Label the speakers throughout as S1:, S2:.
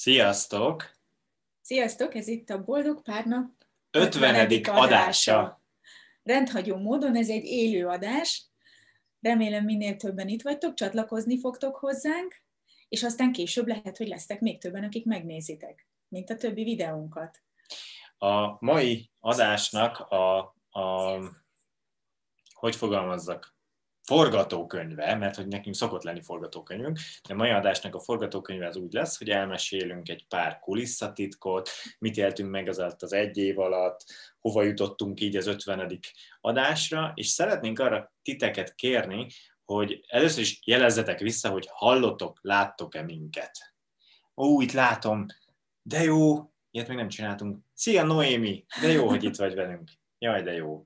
S1: Sziasztok!
S2: Sziasztok, ez itt a Boldog Párna
S1: 50. adása.
S2: Rendhagyó módon ez egy élő adás. Remélem minél többen itt vagytok, csatlakozni fogtok hozzánk, és aztán később lehet, hogy lesztek még többen, akik megnézitek, mint a többi videónkat.
S1: A mai adásnak hogy fogalmazzak, forgatókönyve, mert hogy nekünk szokott lenni forgatókönyvünk, de a mai adásnak a forgatókönyve az úgy lesz, hogy elmesélünk egy pár kulisszatitkot, mit éltünk meg az egy év alatt, hova jutottunk így az 50. adásra, és szeretnénk arra titeket kérni, hogy először is jelezzetek vissza, hogy hallottok, láttok-e minket. Itt látom, de jó, ilyet még nem csináltunk. Szia Noémi, de jó, hogy itt vagy velünk. Jaj, de jó.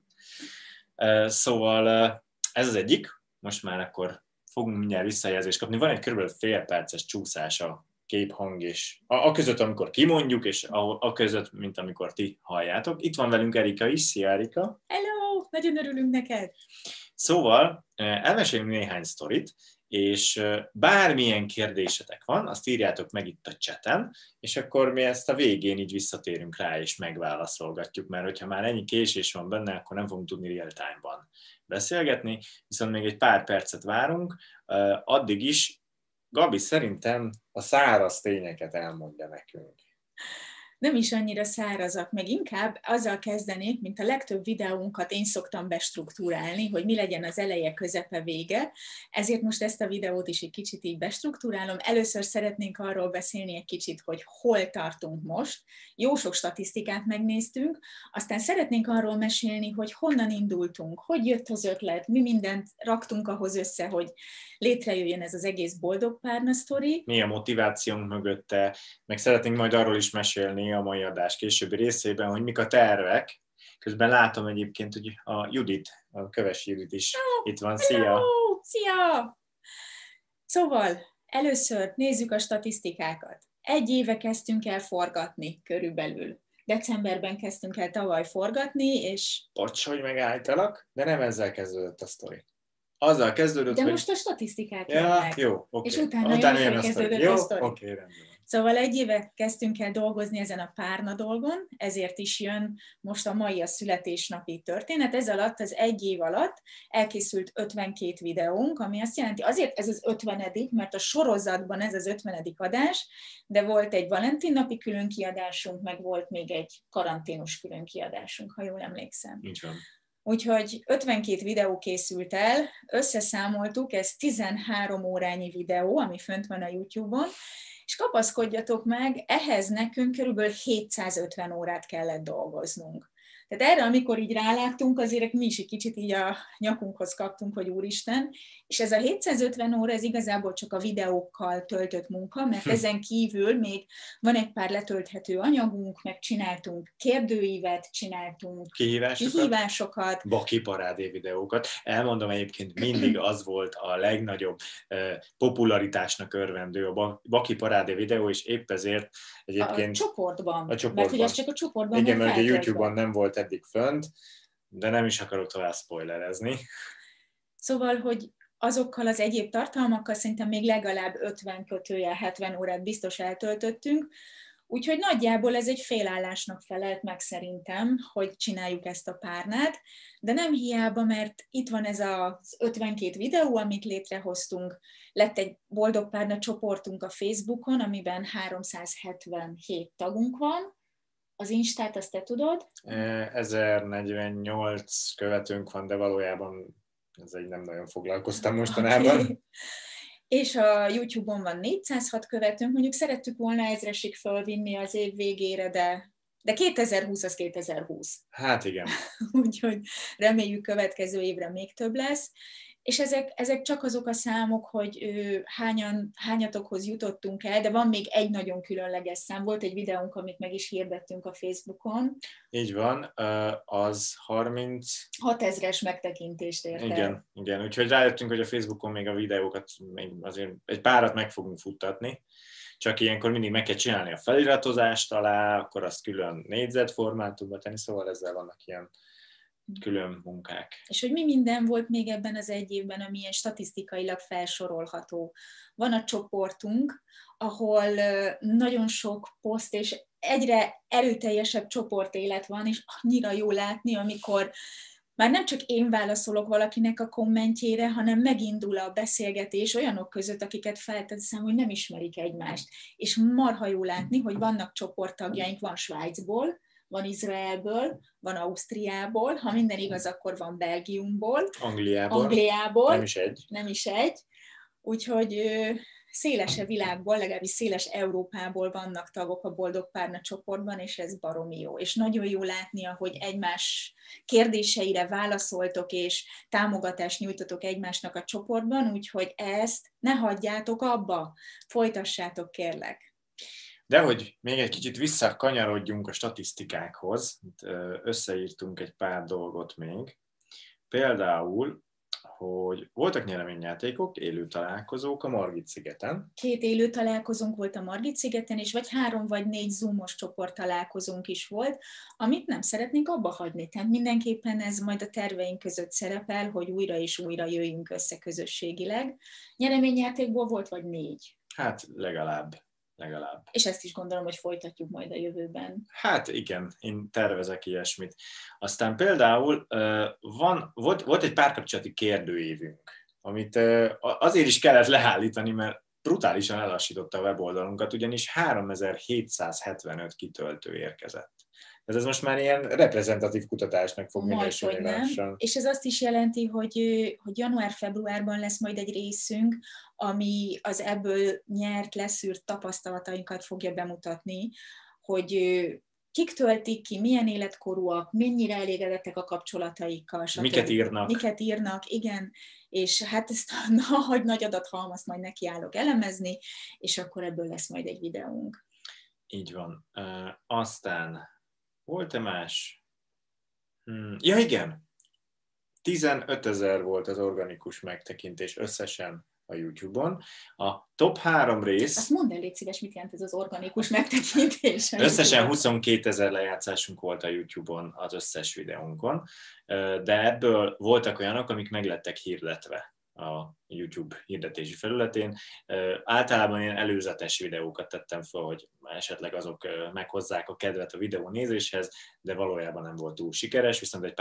S1: Szóval ez az egyik, most már akkor fogunk mindjárt visszajelzést kapni. Van egy kb. Fél perces csúszás a kép, hang és a között, amikor kimondjuk, és a között, mint amikor ti halljátok. Itt van velünk Erika is. Szia Erika!
S2: Hello! Nagyon örülünk neked!
S1: Szóval elmesélünk néhány sztorit, és bármilyen kérdésetek van, azt írjátok meg itt a chaten, és akkor mi ezt a végén így visszatérünk rá, és megválaszolgatjuk, mert hogyha már ennyi késés van benne, akkor nem fogunk tudni real time-ban beszélgetni, viszont még egy pár percet várunk, addig is Gabi szerintem a száraz tényeket elmondja nekünk.
S2: Nem is annyira szárazak, meg inkább azzal kezdenék, mint a legtöbb videónkat én szoktam bestruktúrálni, hogy mi legyen az eleje, közepe, vége. Ezért most ezt a videót is egy kicsit így bestruktúrálom. Először szeretnénk arról beszélni egy kicsit, hogy hol tartunk most. Jó sok statisztikát megnéztünk, aztán szeretnénk arról mesélni, hogy honnan indultunk, hogy jött az ötlet, mi mindent raktunk ahhoz össze, hogy létrejöjjön ez az egész Boldog Párna sztori.
S1: Mi a motivációnk mögötte, meg szeretnénk majd arról is mesélni a mai adás későbbi részében, hogy mik a tervek. Közben látom egyébként, hogy a Judit, a Kövesi Judit is itt van. Szia!
S2: Hello! Szia! Szóval először nézzük a statisztikákat. 1 éve kezdtünk el forgatni körülbelül. Decemberben kezdtünk el tavaly forgatni, és...
S1: Bocs, hogy megállítalak, de nem ezzel kezdődött a sztori. Azzal kezdődött,
S2: de
S1: hogy...
S2: most a statisztikák
S1: jönnek. Jó, oké.
S2: És utána jön, kezdődött a sztori.
S1: Oké, rendben.
S2: Szóval 1 éve kezdtünk el dolgozni ezen a párna dolgon, ezért is jön most a mai a születésnapi történet. Ez alatt, az 1 év alatt elkészült 52 videónk, ami azt jelenti, azért ez az 50., mert a sorozatban ez az 50. adás, de volt egy Valentin napi különkiadásunk, meg volt még egy karanténos különkiadásunk, ha jól emlékszem.
S1: Így van.
S2: Úgyhogy 52 videó készült el, összeszámoltuk, ez 13 órányi videó, ami fönt van a YouTube-on, és kapaszkodjatok meg, ehhez nekünk körülbelül 750 órát kellett dolgoznunk. Tehát erre, amikor így ráláttunk, azért mi is egy kicsit így a nyakunkhoz kaptunk, hogy úristen, és ez a 750 óra, ez igazából csak a videókkal töltött munka, mert ezen kívül még van egy pár letölthető anyagunk, meg csináltunk kérdőívet, csináltunk kihívásokat.
S1: Baki parádé videókat. Elmondom, egyébként mindig az volt a legnagyobb popularitásnak örvendő a Baki parádé videó, és épp ezért egyébként...
S2: A csoportban. Mert hogy ez csak a csoportban.
S1: Igen, mert a YouTube-on nem volt eddig fönt, de nem is akarok tovább spoilerezni.
S2: Szóval, hogy azokkal az egyéb tartalmakkal szerintem még legalább 50-70 órát biztos eltöltöttünk, úgyhogy nagyjából ez egy félállásnak felelt meg szerintem, hogy csináljuk ezt a párnát, de nem hiába, mert itt van ez az 52 videó, amit létrehoztunk, lett egy Boldog Párna csoportunk a Facebookon, amiben 377 tagunk van. Az Instát, azt te tudod?
S1: 1048 követőnk van, de valójában ez nem nagyon foglalkoztam mostanában. Okay.
S2: És a YouTube-on van 406 követőnk, mondjuk szerettük volna 1000-esig fölvinni az év végére, de 2020 az 2020.
S1: Hát igen.
S2: Úgyhogy reméljük következő évre még több lesz. És ezek csak azok a számok, hogy hányatokhoz jutottunk el, de van még egy nagyon különleges szám. Volt egy videónk, amit meg is hirdettünk a Facebookon.
S1: Így van, az
S2: 36 000-es megtekintést ért el.
S1: Igen, úgyhogy rájöttünk, hogy a Facebookon még a videókat még azért egy párat meg fogunk futtatni. Csak ilyenkor mindig meg kell csinálni a feliratozást alá, akkor azt külön négyzetformátumba tenni, szóval ezzel vannak ilyen külön munkák.
S2: És hogy mi minden volt még ebben az egy évben, ami ilyen statisztikailag felsorolható. Van a csoportunk, ahol nagyon sok poszt, és egyre erőteljesebb csoportélet van, és annyira jó látni, amikor már nem csak én válaszolok valakinek a kommentjére, hanem megindul a beszélgetés olyanok között, akiket felteszem, hogy nem ismerik egymást. És marha jó látni, hogy vannak csoporttagjaink, van Svájcból, van Izraelből, van Ausztriából, ha minden igaz, akkor van Belgiumból, Angliából. Nem is egy. Úgyhogy széles világból, legalábbis széles Európából vannak tagok a Boldog Párna csoportban, és ez baromi jó. És nagyon jó látni, ahogy egymás kérdéseire válaszoltok, és támogatást nyújtotok egymásnak a csoportban, úgyhogy ezt ne hagyjátok abba, folytassátok, kérlek.
S1: De hogy még egy kicsit visszakanyarodjunk a statisztikákhoz, összeírtunk egy pár dolgot még. Például, hogy voltak nyereményjátékok, élő találkozók a Margit-szigeten.
S2: 2 élő találkozónk volt a Margit-szigeten, és vagy 3 vagy 4 zoomos csoport találkozónk is volt, amit nem szeretnénk abba hagyni. Tehát mindenképpen ez majd a terveink között szerepel, hogy újra és újra jöjjünk össze közösségileg. Nyereményjátékból volt vagy 4?
S1: Hát legalább.
S2: És ezt is gondolom, hogy folytatjuk majd a jövőben.
S1: Hát igen, én tervezek ilyesmit. Aztán például volt egy párkapcsolati kérdőívünk, amit azért is kellett leállítani, mert brutálisan elassította a weboldalunkat, ugyanis 3775 kitöltő érkezett. Ez most már ilyen reprezentatív kutatásnak fog minősülni lassan.
S2: És ez azt is jelenti, hogy január-februárban lesz majd egy részünk, ami az ebből nyert, leszűrt tapasztalatainkat fogja bemutatni, hogy kik töltik ki, milyen életkorúak, mennyire elégedettek a kapcsolataikkal, stb. Miket írnak, igen. És hát ezt a nagy adathalmazt majd nekiállok elemezni, és akkor ebből lesz majd egy videónk.
S1: Így van. Aztán volt-e más? Ja, igen. 15 000 volt az organikus megtekintés összesen a YouTube-on. A top 3 rész...
S2: Azt mondd el, légy szíves, mit jelent ez az organikus megtekintés?
S1: Összesen 22 000 lejátszásunk volt a YouTube-on az összes videónkon, de ebből voltak olyanok, amik meglettek hirdetve a YouTube hirdetési felületén. Általában ilyen előzetes videókat tettem fel, hogy esetleg azok meghozzák a kedvet a videó nézéshez, de valójában nem volt túl sikeres, viszont egy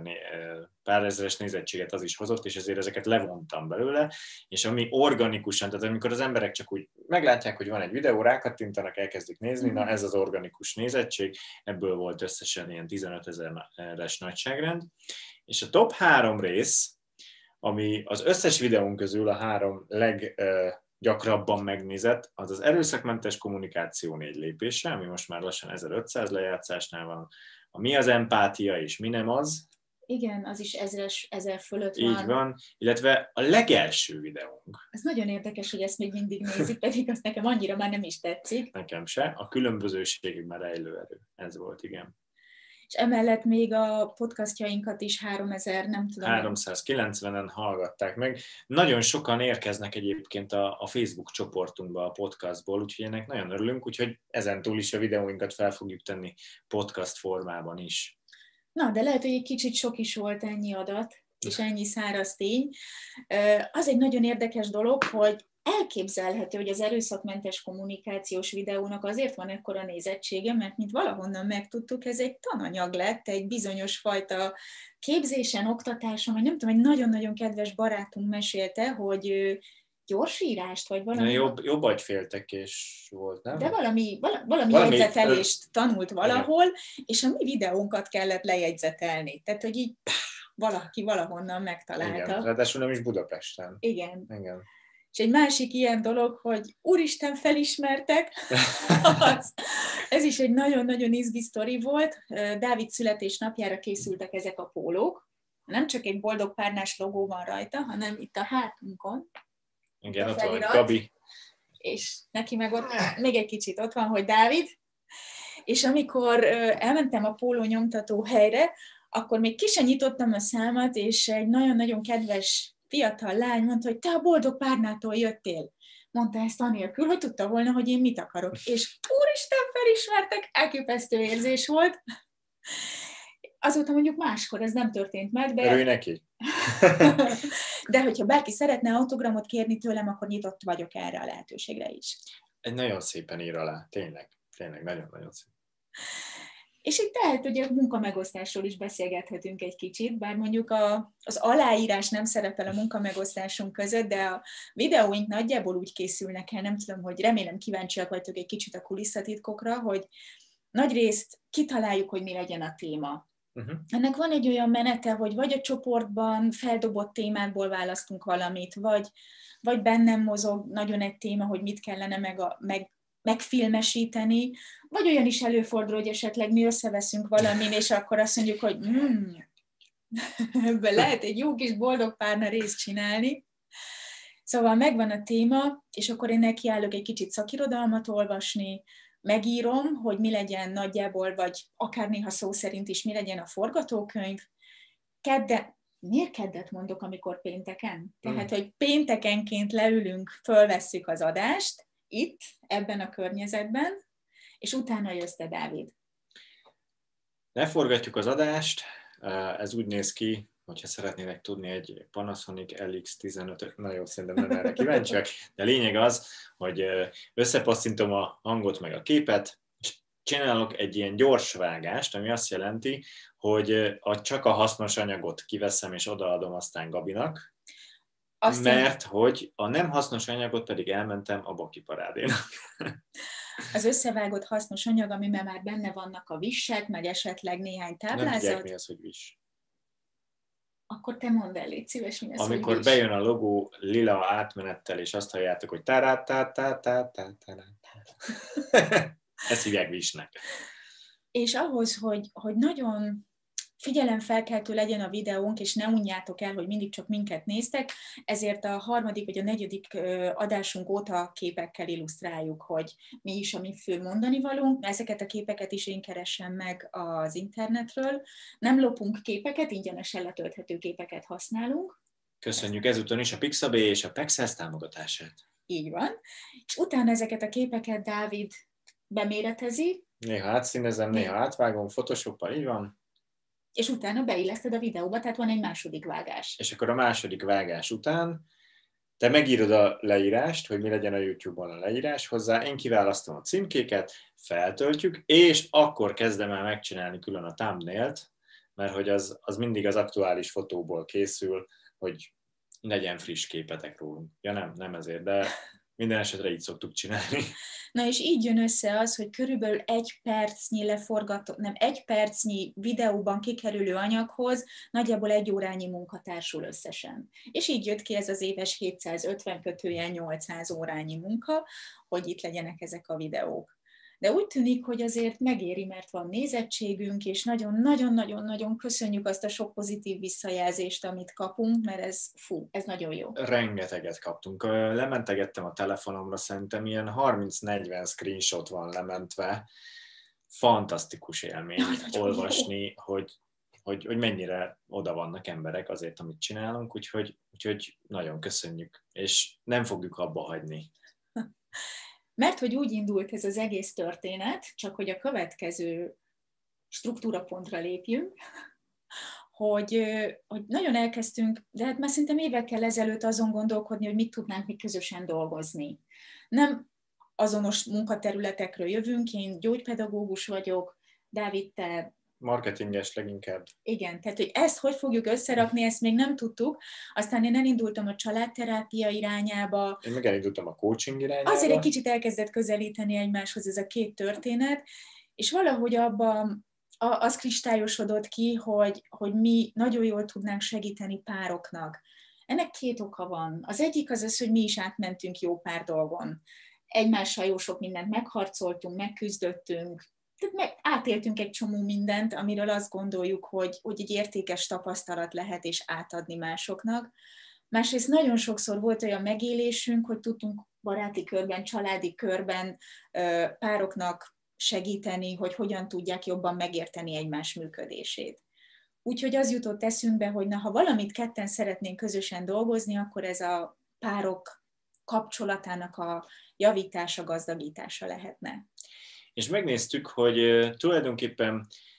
S1: pár ezeres nézettséget az is hozott, és ezért ezeket levontam belőle, és ami organikusan, tehát amikor az emberek csak úgy meglátják, hogy van egy videó, rákattintanak, elkezdik nézni, na ez az organikus nézettség, ebből volt összesen ilyen 15 000-es nagyságrend, és a top 3 rész, ami az összes videón közül a 3 leggyakrabban megnézett, az az erőszakmentes kommunikáció 4 lépése, ami most már lassan 1500 lejátszásnál van. A mi az empátia és mi nem az.
S2: Igen, az is 1000 fölött van.
S1: Így van, illetve a legelső videónk.
S2: Ez nagyon érdekes, hogy ezt még mindig nézik, pedig azt nekem annyira már nem is tetszik.
S1: Nekem se. A különbözőségben rejlő erő. Ez volt, igen.
S2: És emellett még a podcastjainkat is 3000, nem tudom.
S1: 390-en hallgatták meg. Nagyon sokan érkeznek egyébként a Facebook csoportunkba a podcastból, úgyhogy ennek nagyon örülünk, úgyhogy ezentúl is a videóinkat fel fogjuk tenni podcast formában is.
S2: Na, de lehet, hogy egy kicsit sok is volt ennyi adat, és ennyi száraz tény. Az egy nagyon érdekes dolog, hogy elképzelhető, hogy az erőszakmentes kommunikációs videónak azért van ekkora nézettsége, mert mint valahonnan megtudtuk, ez egy tananyag lett, egy bizonyos fajta képzésen, oktatáson, vagy nem tudom, egy nagyon-nagyon kedves barátunk mesélte, hogy gyorsírást, vagy valami...
S1: Jobb agyféltekés volt, nem?
S2: De valami jegyzetelést tanult valahol, és a mi videónkat kellett lejegyzetelni. Tehát, hogy így valaki valahonnan megtalálta.
S1: Igen, ráadásul nem is Budapesten.
S2: Igen. És egy másik ilyen dolog, hogy úristen, felismertek, ez is egy nagyon-nagyon izgi sztori volt. Dávid születésnapjára készültek ezek a pólók. Nem csak egy boldog párnás logó van rajta, hanem itt a hátunkon.
S1: Igen, ott van Gabi.
S2: És neki meg ott még egy kicsit ott van, hogy Dávid. És amikor elmentem a póló nyomtató helyre, akkor még ki sem nyitottam a számat, és egy nagyon-nagyon kedves fiatal lány mondta, hogy te a boldog párnától jöttél. Mondta ezt anélkül, hogy tudta volna, hogy én mit akarok. És úristen, felismertek, elképesztő érzés volt. Azóta mondjuk máskor ez nem történt meg, de...
S1: Örülj neki!
S2: De hogyha bárki szeretne autogramot kérni tőlem, akkor nyitott vagyok erre a lehetőségre is.
S1: Egy nagyon szépen ír alá, tényleg nagyon-nagyon szép.
S2: És itt tehát ugye a munkamegosztásról is beszélgethetünk egy kicsit, bár mondjuk az aláírás nem szerepel a munkamegosztásunk között, de a videóink nagyjából úgy készülnek el, nem tudom, hogy remélem kíváncsiak vagytok egy kicsit a kulisszatitkokra, hogy nagyrészt kitaláljuk, hogy mi legyen a téma. Ennek van egy olyan menete, hogy vagy a csoportban feldobott témákból választunk valamit, vagy bennem mozog nagyon egy téma, hogy mit kellene megfilmesíteni, vagy olyan is előfordul, hogy esetleg mi összeveszünk valamin, és akkor azt mondjuk, hogy ebben lehet egy jó kis boldog párna részt csinálni. Szóval megvan a téma, és akkor én nekiállok egy kicsit szakirodalmat olvasni, megírom, hogy mi legyen nagyjából, vagy akár néha szó szerint is mi legyen a forgatókönyv. Miért keddet mondok, amikor pénteken? Tehát, hogy péntekenként leülünk, fölvesszük az adást, itt, ebben a környezetben, és utána jössz te, Dávid.
S1: Leforgatjuk az adást, ez úgy néz ki, hogyha szeretnének tudni egy Panasonic LX15, na jó, szerintem nem erre kíváncsiak, de lényeg az, hogy összepasszintom a hangot meg a képet, és csinálok egy ilyen gyors vágást, ami azt jelenti, hogy csak a hasznos anyagot kiveszem és odaadom aztán Gabinak, mert hogy a nem hasznos anyagot pedig elmentem a Baki parádénak.
S2: Az összevágott hasznos anyag, amiben már benne vannak a vissek, meg esetleg néhány táblázat.
S1: Nem tudják, mi az, hogy viss.
S2: Akkor te mondd el, légy szíves, mi az,
S1: amikor
S2: hogy
S1: bejön a logó lila átmenettel, és azt halljátok, hogy ezt hívják vissnek.
S2: És ahhoz, hogy nagyon figyelemfelkeltő legyen a videónk, és ne unjátok el, hogy mindig csak minket néztek, ezért a 3. vagy a 4. adásunk óta képekkel illusztráljuk, hogy mi is a mi fő mondani valunk. Ezeket a képeket is én keresem meg az internetről. Nem lopunk képeket, ingyenesen letölthető képeket használunk.
S1: Köszönjük ezúton is a Pixabay és a Pexels támogatását.
S2: Így van. És utána ezeket a képeket Dávid beméretezi.
S1: Néha átszínezem, néha átvágom, Photoshoppal, így van.
S2: És utána beilleszted a videóba, tehát van egy második vágás.
S1: És akkor a második vágás után te megírod a leírást, hogy mi legyen a YouTube-on a leírás hozzá, én kiválasztom a címkéket, feltöltjük, és akkor kezdem el megcsinálni külön a thumbnailt, mert hogy az mindig az aktuális fotóból készül, hogy legyen friss képetek rólunk. Ja nem ezért, de minden esetre így szoktuk csinálni.
S2: Na és így jön össze az, hogy körülbelül 1 percnyi egy percnyi videóban kikerülő anyaghoz nagyjából 1 órányi munka társul összesen. És így jött ki ez az éves 750-800 órányi munka, hogy itt legyenek ezek a videók. De úgy tűnik, hogy azért megéri, mert van nézettségünk, és nagyon-nagyon-nagyon köszönjük azt a sok pozitív visszajelzést, amit kapunk, mert ez nagyon jó.
S1: Rengeteget kaptunk. Lementegettem a telefonomra, szerintem ilyen 30-40 screenshot van lementve. Fantasztikus élmény olvasni, hogy mennyire oda vannak emberek azért, amit csinálunk, úgyhogy nagyon köszönjük, és nem fogjuk abba hagyni.
S2: Mert hogy úgy indult ez az egész történet, csak hogy a következő struktúrapontra lépjünk, hogy nagyon elkezdtünk, de hát már szerintem évekkel ezelőtt azon gondolkodni, hogy mit tudnánk mi közösen dolgozni. Nem azonos munkaterületekről jövünk, én gyógypedagógus vagyok, Dávid, te...
S1: Marketinges leginkább.
S2: Igen, tehát hogy ezt hogy fogjuk összerakni, ezt még nem tudtuk. Aztán én elindultam a családterápia irányába.
S1: Én meg elindultam a coaching irányába.
S2: Azért egy kicsit elkezdett közelíteni egymáshoz ez a 2 történet, és valahogy abban az kristályosodott ki, hogy mi nagyon jól tudnánk segíteni pároknak. Ennek 2 oka van. Az egyik az, hogy mi is átmentünk jó pár dolgon. Egymással jó sok mindent megharcoltunk, megküzdöttünk, tehát átéltünk egy csomó mindent, amiről azt gondoljuk, hogy egy értékes tapasztalat lehet és átadni másoknak. Másrészt nagyon sokszor volt olyan megélésünk, hogy tudtunk baráti körben, családi körben pároknak segíteni, hogy hogyan tudják jobban megérteni egymás működését. Úgyhogy az jutott eszünkbe, hogy ha valamit ketten szeretnénk közösen dolgozni, akkor ez a párok kapcsolatának a javítása, gazdagítása lehetne.
S1: És megnéztük, hogy tulajdonképpen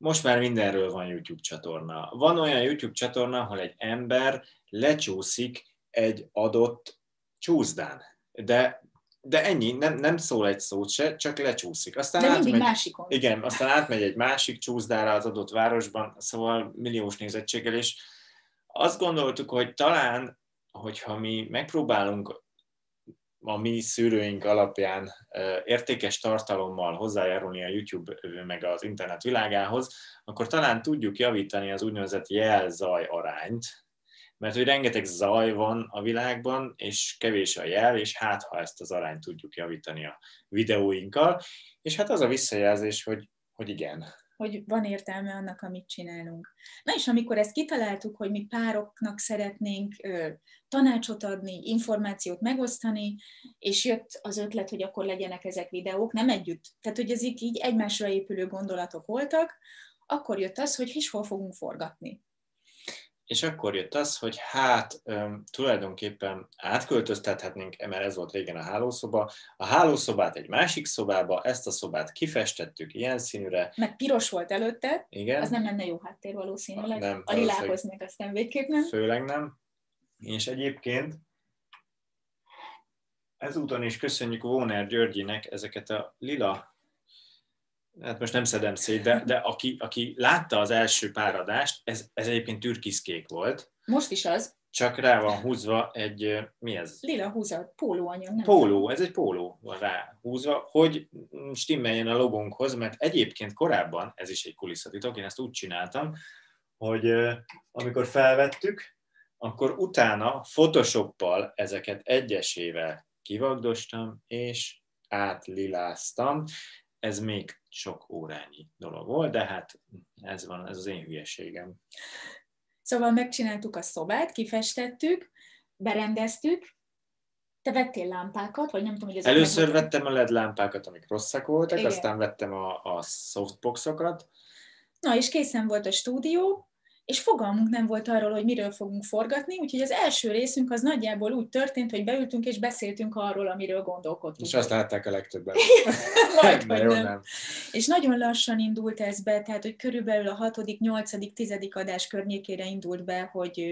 S1: most már mindenről van YouTube csatorna. Van olyan YouTube csatorna, ahol egy ember lecsúszik egy adott csúszdán. De ennyi, nem szól egy szót se, csak lecsúszik. Aztán
S2: de mindig másikon.
S1: Igen, aztán átmegy egy másik csúszdára az adott városban, szóval milliós nézettséggel, és azt gondoltuk, hogy talán, hogyha mi megpróbálunk a mi szűrőink alapján értékes tartalommal hozzájárulni a YouTube meg az internet világához, akkor talán tudjuk javítani az úgynevezett jel-zaj arányt, mert hogy rengeteg zaj van a világban, és kevés a jel, és hát ha ezt az arányt tudjuk javítani a videóinkkal, és hát az a visszajelzés, hogy igen.
S2: Hogy van értelme annak, amit csinálunk. Na és amikor ezt kitaláltuk, hogy mi pároknak szeretnénk tanácsot adni, információt megosztani, és jött az ötlet, hogy akkor legyenek ezek videók, nem együtt. Tehát, hogy ezek így egymásra épülő gondolatok voltak, akkor jött az, hogy és hol fogunk forgatni.
S1: És akkor jött az, hogy tulajdonképpen átköltöztethetnénk, mert ez volt régen a hálószoba, a hálószobát egy másik szobába, ezt a szobát kifestettük ilyen színűre.
S2: Meg piros volt előtte,
S1: igen.
S2: Az nem lenne jó háttér valószínűleg.
S1: Nem,
S2: a lilához meg aztán végképp nem.
S1: Főleg nem. És egyébként ezúton is köszönjük Vóner Györgyinek ezeket a lila, hát most nem szedem szét, de aki látta az első pár adást, ez egyébként türkiszkék volt.
S2: Most is az.
S1: Csak rá van húzva egy, mi ez?
S2: Lila húzat, pólóanyag.
S1: Póló, ez egy póló van rá húzva, hogy stimmeljen a logónkhoz, mert egyébként korábban, ez is egy kulisszatitok, én ezt úgy csináltam, hogy amikor felvettük, akkor utána Photoshoppal ezeket egyesével kivagdostam, és átliláztam. Ez még sok órányi dolog volt, de hát ez az én hülyeségem.
S2: Szóval megcsináltuk a szobát, kifestettük, berendeztük. Te vettél lámpákat, vagy nem tudom, hogy ezek
S1: először vettem a LED lámpákat, amik rosszak voltak,
S2: igen.
S1: Aztán vettem a softboxokat.
S2: Na, és készen volt a stúdió, és fogalmunk nem volt arról, hogy miről fogunk forgatni, úgyhogy az első részünk az nagyjából úgy történt, hogy beültünk és beszéltünk arról, amiről gondolkodtunk.
S1: És azt látták a legtöbben.
S2: Majd, hogy nem. És nagyon lassan indult ez be, tehát hogy körülbelül a 6., 8., 10. adás környékére indult be,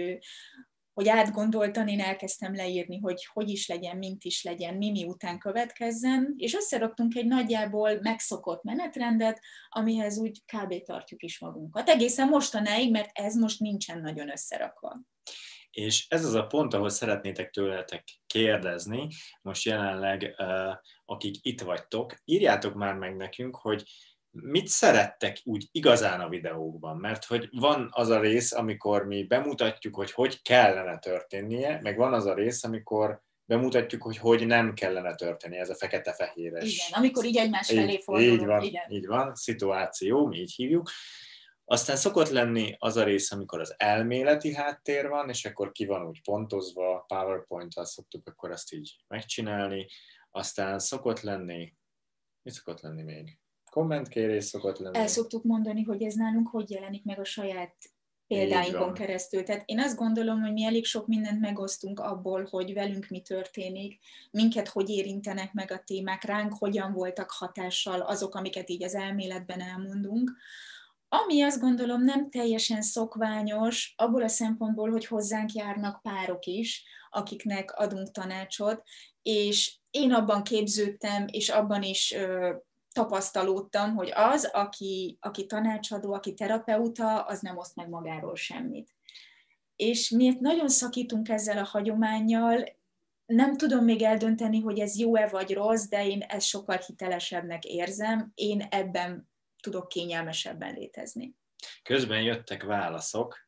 S2: hogy átgondoltan én elkezdtem leírni, hogy is legyen, mint is legyen, mi után következzen, és összeraktunk egy nagyjából megszokott menetrendet, amihez úgy kb. Tartjuk is magunkat. Egészen mostanáig, mert ez most nincsen nagyon összerakva.
S1: És ez az a pont, ahol szeretnétek tőletek kérdezni, most jelenleg, akik itt vagytok, írjátok már meg nekünk, hogy mit szerettek úgy igazán a videókban, mert hogy van az a rész, amikor mi bemutatjuk, hogy kellene történnie, meg van az a rész, amikor bemutatjuk, hogy nem kellene történnie, ez a fekete-fehéres.
S2: Igen, amikor így egymás felé fordulunk.
S1: Így van, szituáció, mi így hívjuk. Aztán szokott lenni az a rész, amikor az elméleti háttér van, és akkor ki van úgy pontozva, PowerPoint-tal szoktuk akkor azt így megcsinálni. Aztán szokott lenni, mi szokott lenni még? Kommentkérés szokott lenni.
S2: El szoktuk mondani, hogy ez nálunk hogy jelenik meg a saját példáinkon keresztül. Tehát én azt gondolom, hogy mi elég sok mindent megosztunk abból, hogy velünk mi történik, minket hogy érintenek meg a témák, ránk hogyan voltak hatással azok, amiket így az elméletben elmondunk. Ami azt gondolom nem teljesen szokványos, abból a szempontból, hogy hozzánk járnak párok is, akiknek adunk tanácsot, és én abban képződtem, és abban is tapasztalódtam, hogy az, aki tanácsadó, aki terapeuta, az nem oszt meg magáról semmit. És miért nagyon szakítunk ezzel a hagyománnyal, nem tudom még eldönteni, hogy ez jó-e vagy rossz, de én ezt sokkal hitelesebbnek érzem, én ebben tudok kényelmesebben létezni.
S1: Közben jöttek válaszok.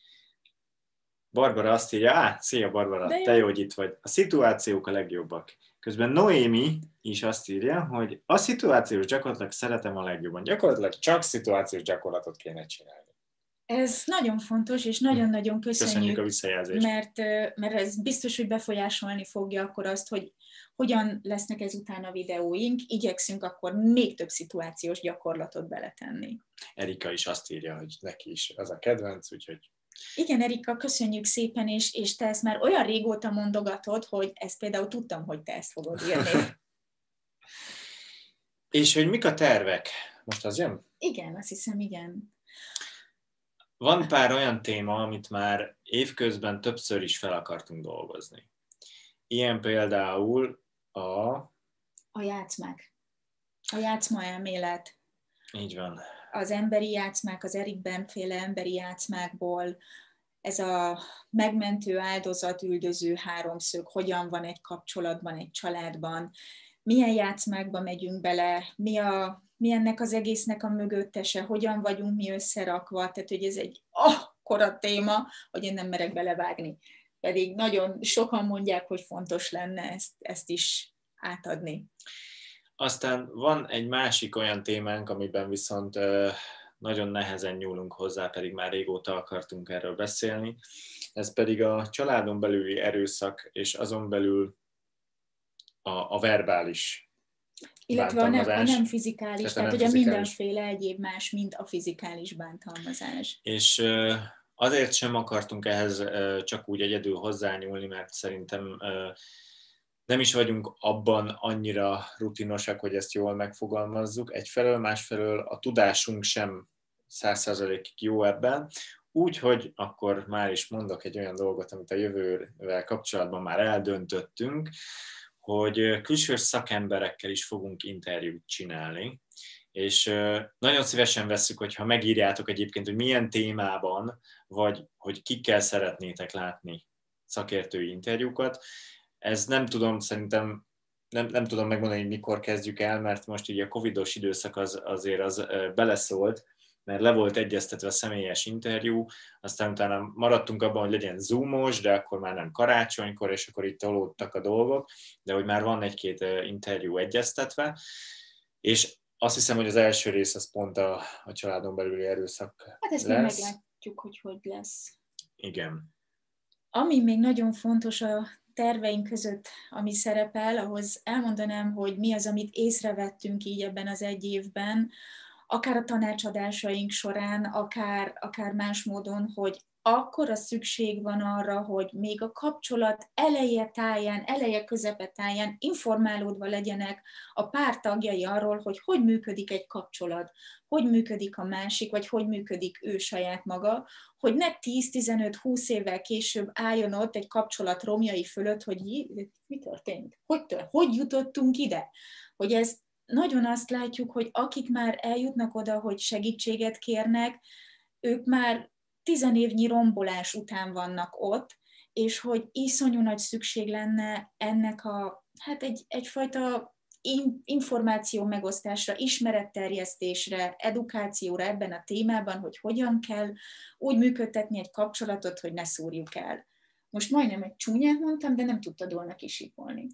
S1: Barbara azt írja, szia Barbara, te jó, hogy itt vagy. A szituációk a legjobbak. Közben Noémi is azt írja, hogy a szituációs gyakorlatot szeretem a legjobban. Gyakorlatilag csak szituációs gyakorlatot kéne csinálni.
S2: Ez nagyon fontos, és nagyon-nagyon
S1: köszönjük a visszajelzést.
S2: Mert ez biztos, hogy befolyásolni fogja akkor azt, hogy hogyan lesznek ezután a videóink, igyekszünk akkor még több szituációs gyakorlatot beletenni.
S1: Erika is azt írja, hogy neki is az a kedvenc, úgyhogy...
S2: Igen, Erika, köszönjük szépen, és te ezt már olyan régóta mondogatod, hogy ezt például tudtam, hogy te ezt fogod írni.
S1: És hogy mik a tervek? Most az jön?
S2: Igen, azt hiszem, igen.
S1: Van pár olyan téma, amit már évközben többször is fel akartunk dolgozni. Ilyen például
S2: a játszmák. A játszma elmélet.
S1: Így van.
S2: Az emberi játszmák, az Eric Berne-féle emberi játszmákból, ez a megmentő áldozat-üldöző háromszög, hogyan van egy kapcsolatban, egy családban, milyen játszmákba megyünk bele, mi ennek az egésznek a mögöttese, hogyan vagyunk mi összerakva, tehát hogy ez egy akkora téma, hogy én nem merek belevágni. Pedig nagyon sokan mondják, hogy fontos lenne ezt is átadni.
S1: Aztán van egy másik olyan témánk, amiben viszont nagyon nehezen nyúlunk hozzá, pedig már régóta akartunk erről beszélni. Ez pedig a családon belüli erőszak, és azon belül a verbális
S2: illetve a nem fizikális, tehát ugye mindenféle egyéb más, mint a fizikális bántalmazás.
S1: És azért sem akartunk ehhez csak úgy egyedül hozzányúlni, mert szerintem nem is vagyunk abban annyira rutinosak, hogy ezt jól megfogalmazzuk. Egyfelől, másfelől a tudásunk sem 100%-ig jó ebben. Úgyhogy akkor már is mondok egy olyan dolgot, amit a jövővel kapcsolatban már eldöntöttünk, hogy külső szakemberekkel is fogunk interjút csinálni, és nagyon szívesen vesszük, hogyha megírjátok egyébként, hogy milyen témában, vagy hogy kikkel szeretnétek látni szakértői interjúkat. Ez nem tudom, szerintem nem tudom megmondani, hogy mikor kezdjük el, mert most így a covidos időszak azért beleszólt, mert le volt egyeztetve a személyes interjú, aztán utána maradtunk abban, hogy legyen zoomos, de akkor már nem karácsonykor, és akkor itt tolódtak a dolgok, de hogy már van egy-két interjú egyeztetve, és azt hiszem, hogy az első rész az pont a családon belüli erőszak
S2: hát ezt
S1: lesz.
S2: Még meglátjuk, hogy lesz.
S1: Igen.
S2: Ami még nagyon fontos a terveink között, ami szerepel, ahhoz elmondanám, hogy mi az, amit észrevettünk így ebben az egy évben, akár a tanácsadásaink során, akár más módon, hogy akkora szükség van arra, hogy még a kapcsolat eleje közepe táján informálódva legyenek a pár tagjai arról, hogy működik egy kapcsolat, hogy működik a másik, vagy hogy működik ő saját maga, hogy ne 10-15-20 évvel később álljon ott egy kapcsolat romjai fölött, hogy mi történt? Hogy jutottunk ide? Hogy ez nagyon azt látjuk, hogy akik már eljutnak oda, hogy segítséget kérnek, ők már 10 évnyi rombolás után vannak ott, és hogy iszonyú nagy szükség lenne ennek egyfajta információ megosztásra, ismeretterjesztésre, edukációra ebben a témában, hogy hogyan kell úgy működtetni egy kapcsolatot, hogy ne szúrjuk el. Most majdnem egy csúnyát mondtam, de nem tudtad volna kisipolni.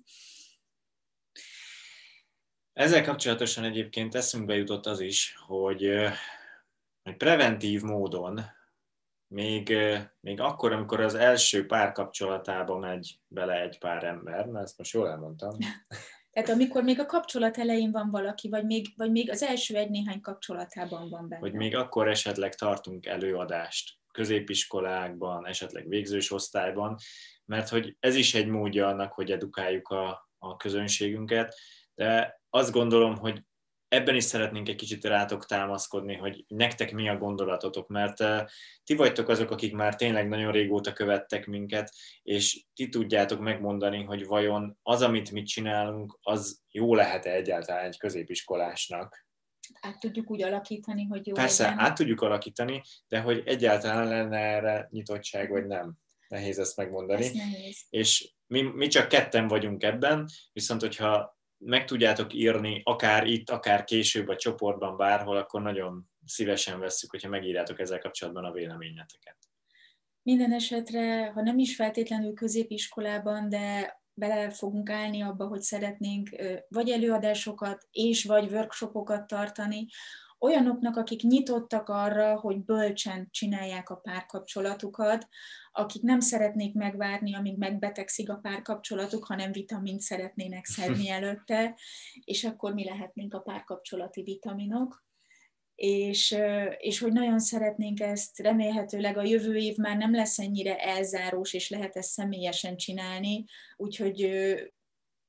S1: Ezzel kapcsolatosan egyébként eszünkbe jutott az is, hogy preventív módon, még akkor, amikor az első párkapcsolatába megy bele egy pár ember, mert ezt most jól elmondtam.
S2: Tehát amikor még a kapcsolat elején van valaki, vagy még az első egy-néhány kapcsolatában van benne.
S1: Hogy még akkor esetleg tartunk előadást középiskolákban, esetleg végzős osztályban, mert hogy ez is egy módja annak, hogy edukáljuk a közönségünket, de azt gondolom, hogy ebben is szeretnénk egy kicsit rátok támaszkodni, hogy nektek mi a gondolatotok, mert ti vagytok azok, akik már tényleg nagyon régóta követtek minket, és ti tudjátok megmondani, hogy vajon az, amit mi csinálunk, az jó lehet-e egyáltalán egy középiskolásnak.
S2: Át tudjuk úgy alakítani, hogy jó
S1: Persze,
S2: legyen.
S1: át tudjuk alakítani, de hogy egyáltalán lenne erre nyitottság, vagy nem. Nehéz ezt megmondani.
S2: Ez nehéz.
S1: És mi csak ketten vagyunk ebben, viszont hogyha meg tudjátok írni, akár itt, akár később a csoportban, bárhol, akkor nagyon szívesen vesszük, hogyha megírjátok ezzel kapcsolatban a véleményeteket.
S2: Minden esetre, ha nem is feltétlenül középiskolában, de bele fogunk állni abba, hogy szeretnénk vagy előadásokat vagy workshopokat tartani, olyanoknak, akik nyitottak arra, hogy bölcsen csinálják a párkapcsolatukat, akik nem szeretnék megvárni, amíg megbetegszik a párkapcsolatuk, hanem vitamint szeretnének szedni előtte, és akkor mi lehetnénk a párkapcsolati vitaminok. És hogy nagyon szeretnénk ezt, remélhetőleg a jövő év már nem lesz ennyire elzárós, és lehet ezt személyesen csinálni, úgyhogy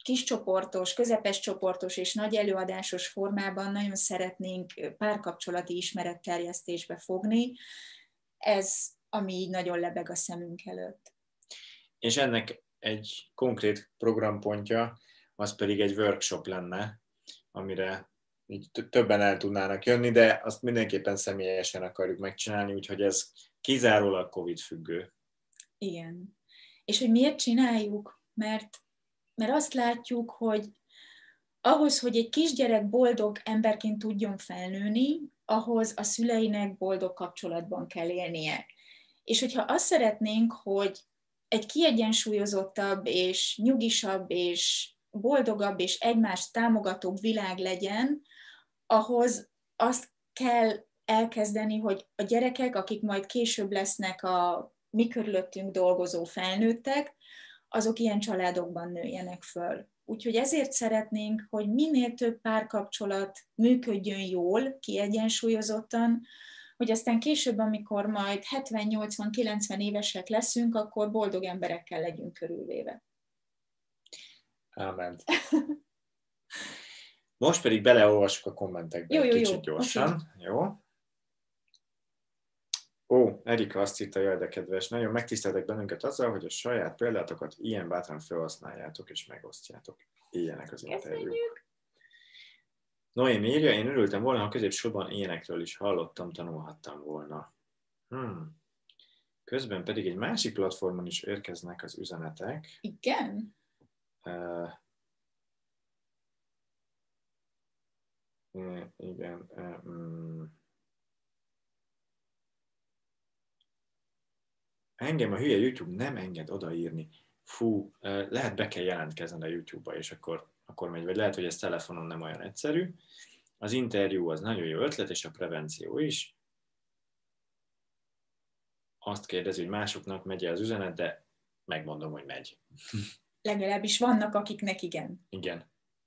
S2: kiscsoportos, közepes csoportos és nagy előadásos formában nagyon szeretnénk párkapcsolati ismeretterjesztésbe fogni. Ez, ami így nagyon lebeg a szemünk előtt.
S1: És ennek egy konkrét programpontja, az pedig egy workshop lenne, amire így többen el tudnának jönni, de azt mindenképpen személyesen akarjuk megcsinálni, úgyhogy ez kizárólag Covid függő.
S2: Igen. És hogy miért csináljuk? Mert azt látjuk, hogy ahhoz, hogy egy kisgyerek boldog emberként tudjon felnőni, ahhoz a szüleinek boldog kapcsolatban kell élnie. És hogyha azt szeretnénk, hogy egy kiegyensúlyozottabb és nyugisabb és boldogabb és egymást támogatóbb világ legyen, ahhoz azt kell elkezdeni, hogy a gyerekek, akik majd később lesznek a mi körülöttünk dolgozó felnőttek, azok ilyen családokban nőjenek föl. Úgyhogy ezért szeretnénk, hogy minél több párkapcsolat működjön jól, kiegyensúlyozottan, hogy aztán később, amikor majd 70-80-90 évesek leszünk, akkor boldog emberekkel legyünk körülvéve.
S1: Ámen. Most pedig beleolvassuk a kommentekbe egy kicsit gyorsan. Okay. Jó? Ó, Erika azt írta, jaj, de kedves, nagyon megtiszteltek bennünket azzal, hogy a saját példátokat ilyen bátran felhasználjátok és megosztjátok. Ilyenek az interjúk. Noémi írja, én örültem volna, ha középsorban ilyenekről is hallottam, tanulhattam volna. Közben pedig egy másik platformon is érkeznek az üzenetek.
S2: Igen?
S1: Igen. Engem a hülye YouTube nem enged odaírni. Fú, lehet be kell jelentkezni a YouTube-ba, és akkor megy, vagy lehet, hogy ez telefonon nem olyan egyszerű. Az interjú az nagyon jó ötlet, és a prevenció is. Azt kérdezi, hogy másoknak megy az üzenet, de megmondom, hogy megy.
S2: Legalábbis vannak, akiknek igen.
S1: Igen.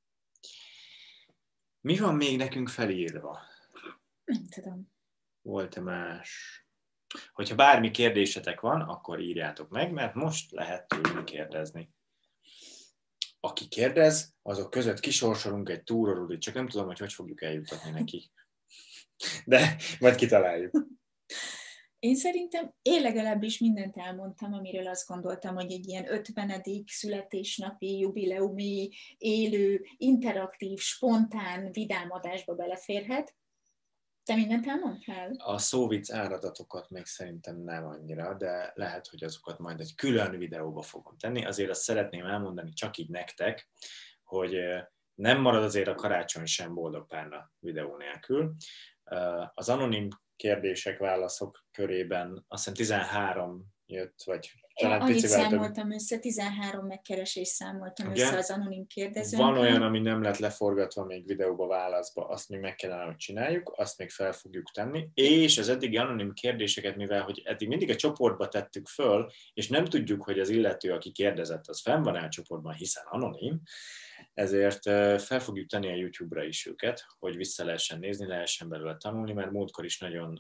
S1: Mi van még nekünk felírva?
S2: Nem tudom.
S1: Volt-e más? Hogyha bármi kérdésetek van, akkor írjátok meg, mert most lehet tőlünk kérdezni. Aki kérdez, azok között kisorsolunk egy túrorudit, csak nem tudom, hogy fogjuk eljutatni neki. De majd kitaláljuk.
S2: Én legalábbis mindent elmondtam, amiről azt gondoltam, hogy egy ilyen 50. születésnapi, jubileumi, élő, interaktív, spontán, vidám adásba beleférhet. Te mindent elmondtál?
S1: A szóvic áradatokat még szerintem nem annyira, de lehet, hogy azokat majd egy külön videóba fogom tenni. Azért azt szeretném elmondani csak így nektek, hogy nem marad azért a karácsony sem boldog párna videó nélkül. Az anonim kérdések, válaszok körében azt hiszem 13 jött, vagy talán
S2: annyit számoltam össze, 13 megkeresés számoltam össze az anonim kérdezőnkkel.
S1: Van olyan, ami nem lett leforgatva még videóba, válaszba, azt még meg kellene, hogy csináljuk, azt még fel fogjuk tenni, és az eddigi anonim kérdéseket, mivel hogy eddig mindig a csoportba tettük föl, és nem tudjuk, hogy az illető, aki kérdezett, az fenn van-e a csoportban, hiszen anonim, ezért fel fogjuk tenni a YouTube-ra is őket, hogy vissza lehessen nézni, lehessen belőle tanulni, mert múltkor is nagyon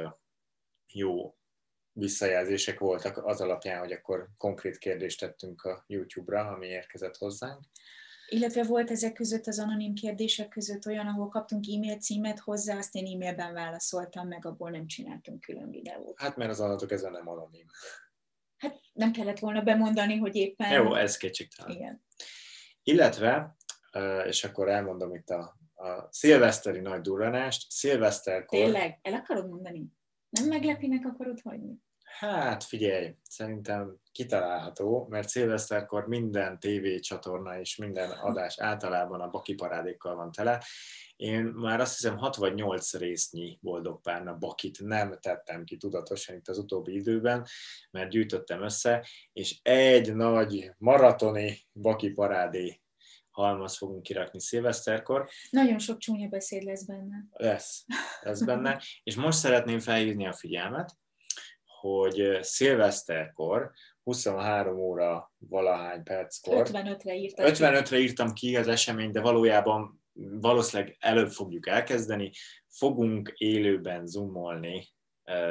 S1: jó visszajelzések voltak az alapján, hogy akkor konkrét kérdést tettünk a YouTube-ra, ami érkezett hozzánk.
S2: Illetve volt ezek között, az anonim kérdések között olyan, ahol kaptunk e-mail címet hozzá, azt én e-mailben válaszoltam meg, abból nem csináltunk külön videót.
S1: Hát mert az adatok ezen nem anonim.
S2: Hát nem kellett volna bemondani, hogy éppen...
S1: Jó, ez kétségtelen.
S2: Igen.
S1: Illetve, és akkor elmondom itt a szilveszteri nagy durranást, szilveszterkor...
S2: Tényleg? El akarod mondani? Nem meglepinek akarod hagyni?
S1: Hát figyelj, szerintem kitalálható, mert szilveszterkor minden tévécsatorna és minden adás általában a bakiparádékkal van tele. Én már azt hiszem 6 vagy 8 résznyi boldog párna bakit nem tettem ki tudatosan itt az utóbbi időben, mert gyűjtöttem össze, és egy nagy maratoni bakiparádé halmaz fogunk kirakni szilveszterkor.
S2: Nagyon sok csúnya beszéd lesz benne.
S1: Lesz benne. És most szeretném felhívni a figyelmet, hogy szilveszterkor 23 óra valahány perckor... 55-re írtam ki az eseményt, de valójában valószínűleg előbb fogjuk elkezdeni. Fogunk élőben zoomolni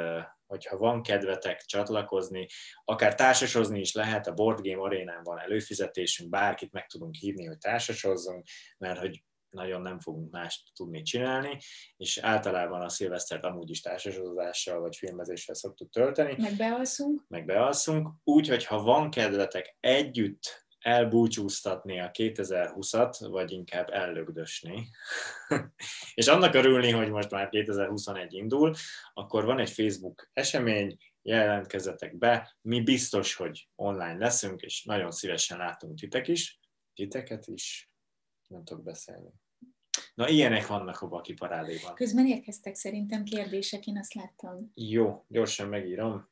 S1: hogyha van kedvetek csatlakozni, akár társasozni is lehet, a Board Game Arénán van előfizetésünk, bárkit meg tudunk hívni, hogy társasozzunk, mert hogy nagyon nem fogunk mást tudni csinálni, és általában a szilvesztert amúgy is társasozással vagy filmezéssel szoktuk tölteni.
S2: Meg
S1: bealszunk. Úgyhogy ha van kedvetek együtt elbúcsúztatni a 2020-at, vagy inkább ellögdösni, és annak örülni, hogy most már 2021 indul, akkor van egy Facebook esemény, jelentkezzetek be, mi biztos, hogy online leszünk, és nagyon szívesen látunk titeket is, nem tudok beszélni. Na, ilyenek vannak a Baki parádéban.
S2: Közben érkeztek szerintem kérdések, én azt láttam.
S1: Jó, gyorsan megírom.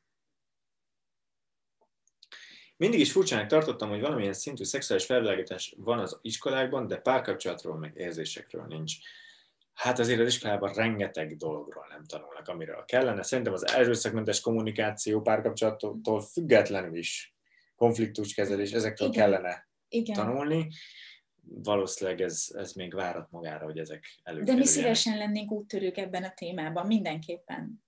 S1: Mindig is furcsának tartottam, hogy valamilyen szintű szexuális felvilágítás van az iskolákban, de párkapcsolatról meg érzésekről nincs. Hát azért az iskolában rengeteg dologról nem tanulnak, amiről kellene. Szerintem az erőszakmentes kommunikáció párkapcsolattól függetlenül is konfliktuskezelés, ezekről kellene tanulni. Valószínűleg ez még várat magára, hogy ezek előkerüljenek.
S2: De mi szívesen lennénk úttörők ebben a témában, mindenképpen.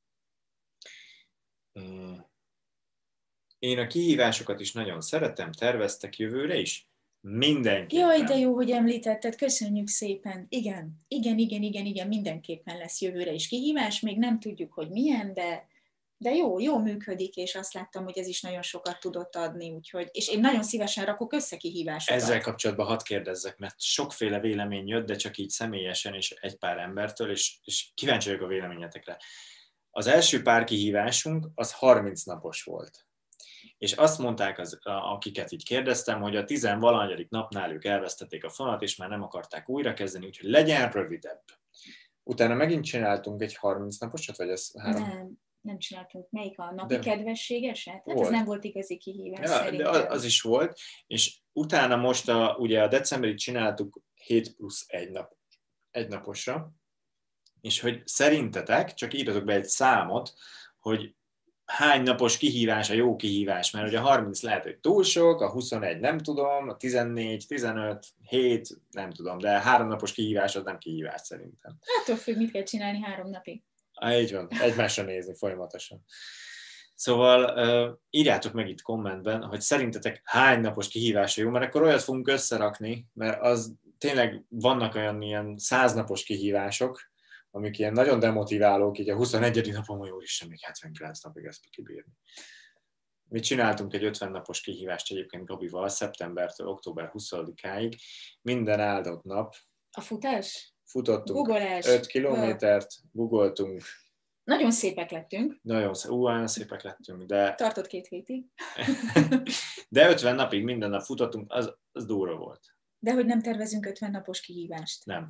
S1: Én a kihívásokat is nagyon szeretem, terveztek jövőre is? Mindenképpen.
S2: Jaj, de jó, hogy említetted, köszönjük szépen. Igen, mindenképpen lesz jövőre is kihívás, még nem tudjuk, hogy milyen, de jó működik, és azt láttam, hogy ez is nagyon sokat tudott adni, úgyhogy, és én nagyon szívesen rakok össze kihívásokat.
S1: Ezzel kapcsolatban hadd kérdezzek, mert sokféle vélemény jött, de csak így személyesen és egy pár embertől, és kíváncsi vagyok a véleményetekre. Az első pár kihívásunk az 30 napos volt. És azt mondták, akiket így kérdeztem, hogy a 10-valahanyadik napnál ők elvesztették a fonalat, és már nem akarták újrakezdeni, úgyhogy legyen rövidebb. Utána megint csináltunk egy 30 naposat, vagy ez 3?
S2: Nem csináltunk. Melyik a napi kedvességeset? Hát ez nem volt igazi kihívás
S1: szerintem. De az is volt, és utána most ugye a decemberit csináltuk 7+1 naposra, és hogy szerintetek, csak írjatok be egy számot, hogy hány napos kihívás a jó kihívás, mert ugye a 30 lehet, hogy túl sok, a 21 nem tudom, a 14, 15, 7 nem tudom, de 3 napos kihívás az nem kihívás szerintem.
S2: Attól függ, mit kell csinálni 3 napig.
S1: Így van, egymásra nézni folyamatosan. Szóval írjátok meg itt kommentben, hogy szerintetek hány napos kihívás jó, mert akkor olyat fogunk összerakni, mert az tényleg vannak olyan ilyen 100 napos kihívások, amik ilyen nagyon demotiválók, így a 21. napon, hogy úristen, még 79 napig ezt kibírni. Mi csináltunk egy 50 napos kihívást egyébként Gabival szeptembertől október 20-áig, minden áldott nap.
S2: A futás?
S1: Futottunk
S2: Googolás.
S1: 5 kilométert, googoltunk.
S2: Nagyon szépek lettünk.
S1: Nagyon szépek lettünk, de...
S2: Tartott 2 hétig.
S1: De 50 napig minden nap futottunk, az durva volt.
S2: De hogy nem tervezünk 50 napos kihívást.
S1: Nem.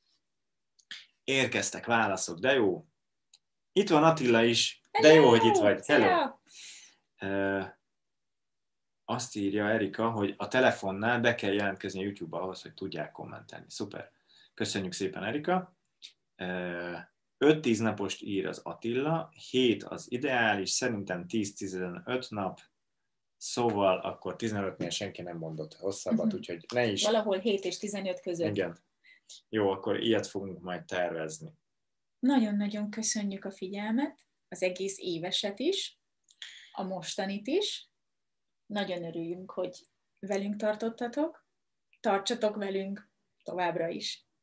S1: Érkeztek válaszok, de jó. Itt van Attila is, de jó, hogy itt vagy. Hello! Azt írja Erika, hogy a telefonnál be kell jelentkezni a YouTube-ba ahhoz, hogy tudják kommentelni. Szuper. Köszönjük szépen, Erika. 5-10 napost ír az Attila, 7 az ideális, szerintem 10-15 nap, szóval akkor 15-nél senki nem mondott hosszabbat, úgyhogy ne is.
S2: Valahol 7 és 15 között.
S1: Igen. Jó, akkor ilyet fogunk majd tervezni.
S2: Nagyon-nagyon köszönjük a figyelmet, az egész éveset is, a mostanit is. Nagyon örüljünk, hogy velünk tartottatok. Tartsatok velünk továbbra is.